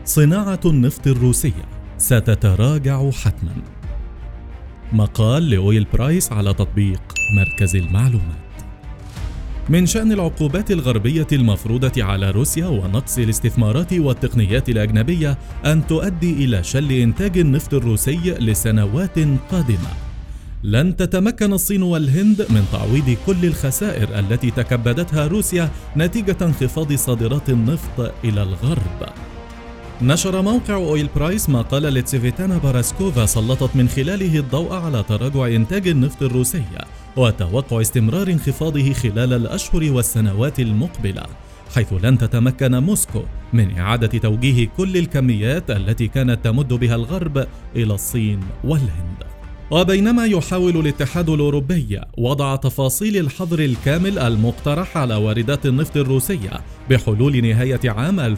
صناعة النفط الروسية ستتراجع حتما. مقال لأويل برايس على تطبيق مركز المعلومات. من شأن العقوبات الغربية المفروضة على روسيا ونقص الاستثمارات والتقنيات الأجنبية أن تؤدي إلى شل إنتاج النفط الروسي لسنوات قادمة. لن تتمكن الصين والهند من تعويض كل الخسائر التي تكبدتها روسيا نتيجة انخفاض صادرات النفط إلى الغرب. نشر موقع أويل برايس مقال لتسيفيتانا باراسكوفا سلطت من خلاله الضوء على تراجع إنتاج النفط الروسي وتوقع استمرار انخفاضه خلال الأشهر والسنوات المقبلة، حيث لن تتمكن موسكو من إعادة توجيه كل الكميات التي كانت تمد بها الغرب إلى الصين والهند. وبينما يحاول الاتحاد الأوروبي وضع تفاصيل الحظر الكامل المقترح على واردات النفط الروسية بحلول نهاية عام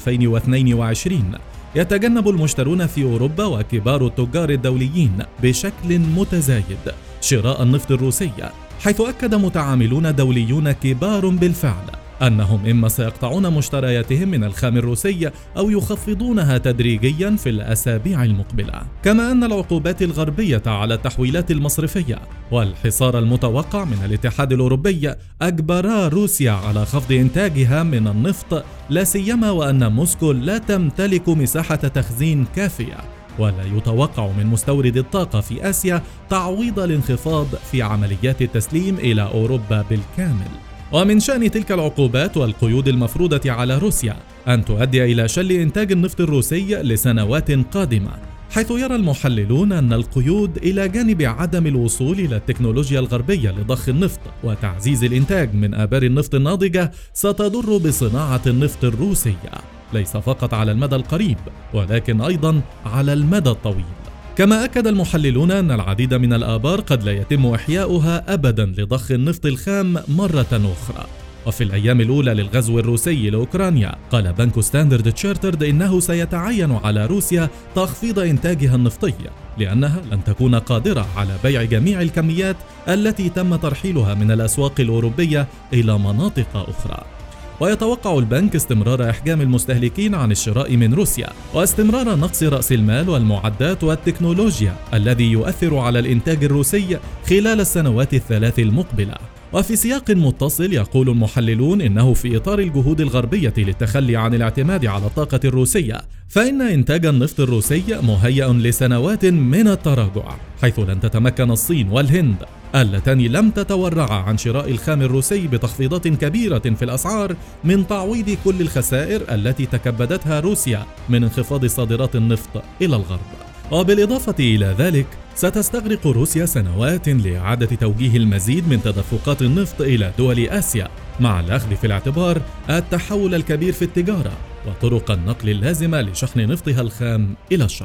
2022، يتجنب المشترون في أوروبا وكبار التجار الدوليين بشكل متزايد شراء النفط الروسي، حيث أكد متعاملون دوليون كبار بالفعل أنهم إما سيقطعون مشترياتهم من الخام الروسي أو يخفضونها تدريجيا في الأسابيع المقبلة. كما أن العقوبات الغربية على التحويلات المصرفية والحصار المتوقع من الاتحاد الأوروبي أجبرا روسيا على خفض إنتاجها من النفط، لا سيما وأن موسكو لا تمتلك مساحة تخزين كافية، ولا يتوقع من مستورد الطاقة في آسيا تعويض الانخفاض في عمليات التسليم إلى أوروبا بالكامل. ومن شأن تلك العقوبات والقيود المفروضة على روسيا أن تؤدي إلى شل إنتاج النفط الروسي لسنوات قادمة، حيث يرى المحللون أن القيود إلى جانب عدم الوصول إلى التكنولوجيا الغربية لضخ النفط وتعزيز الإنتاج من آبار النفط الناضجة ستضر بصناعة النفط الروسية، ليس فقط على المدى القريب ولكن أيضا على المدى الطويل. كما أكد المحللون أن العديد من الآبار قد لا يتم إحياؤها أبدا لضخ النفط الخام مرة أخرى. وفي الأيام الأولى للغزو الروسي لأوكرانيا قال بنك ستاندرد تشارترد إنه سيتعين على روسيا تخفيض إنتاجها النفطي، لأنها لن تكون قادرة على بيع جميع الكميات التي تم ترحيلها من الأسواق الأوروبية إلى مناطق أخرى. ويتوقع البنك استمرار إحجام المستهلكين عن الشراء من روسيا، واستمرار نقص رأس المال والمعدات والتكنولوجيا الذي يؤثر على الإنتاج الروسي خلال السنوات الثلاث المقبلة. وفي سياق متصل يقول المحللون إنه في إطار الجهود الغربية للتخلي عن الاعتماد على الطاقة الروسية، فإن إنتاج النفط الروسي مهيأ لسنوات من التراجع، حيث لن تتمكن الصين والهند اللتان لم تتورعا عن شراء الخام الروسي بتخفيضات كبيرة في الأسعار من تعويض كل الخسائر التي تكبدتها روسيا من انخفاض صادرات النفط إلى الغرب. وبالإضافة إلى ذلك ستستغرق روسيا سنوات لإعادة توجيه المزيد من تدفقات النفط إلى دول آسيا، مع الأخذ في الاعتبار التحول الكبير في التجارة وطرق النقل اللازمة لشحن نفطها الخام إلى الشرق.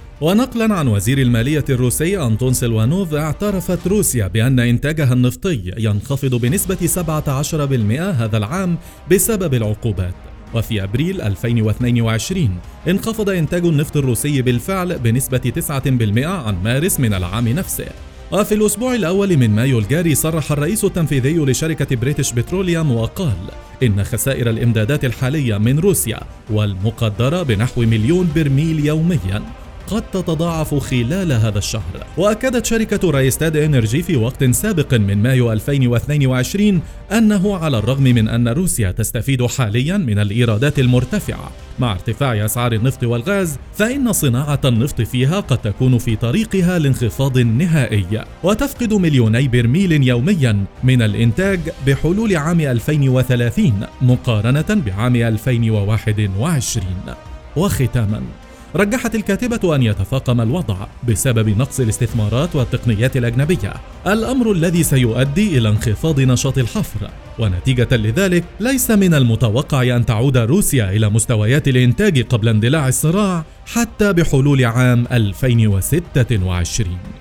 ونقلا عن وزير المالية الروسي أنتون سيلوانوف، اعترفت روسيا بأن إنتاجها النفطي ينخفض بنسبة 17% هذا العام بسبب العقوبات. وفي أبريل 2022 انخفض إنتاج النفط الروسي بالفعل بنسبة 9% عن مارس من العام نفسه. وفي الأسبوع الأول من مايو الجاري صرح الرئيس التنفيذي لشركة بريتش بتروليوم وقال إن خسائر الإمدادات الحالية من روسيا والمقدرة بنحو 1,000,000 برميل يومياً قد تتضاعف خلال هذا الشهر. وأكدت شركة رايستاد إنرجي في وقت سابق من مايو 2022 أنه على الرغم من أن روسيا تستفيد حاليا من الإيرادات المرتفعة مع ارتفاع أسعار النفط والغاز، فإن صناعة النفط فيها قد تكون في طريقها لانخفاض نهائي وتفقد 2,000,000 برميل يوميا من الإنتاج بحلول عام 2030 مقارنة بعام 2021. وختاما، رجحت الكاتبة أن يتفاقم الوضع بسبب نقص الاستثمارات والتقنيات الأجنبية، الأمر الذي سيؤدي إلى انخفاض نشاط الحفر، ونتيجة لذلك ليس من المتوقع أن تعود روسيا إلى مستويات الإنتاج قبل اندلاع الصراع حتى بحلول عام 2026.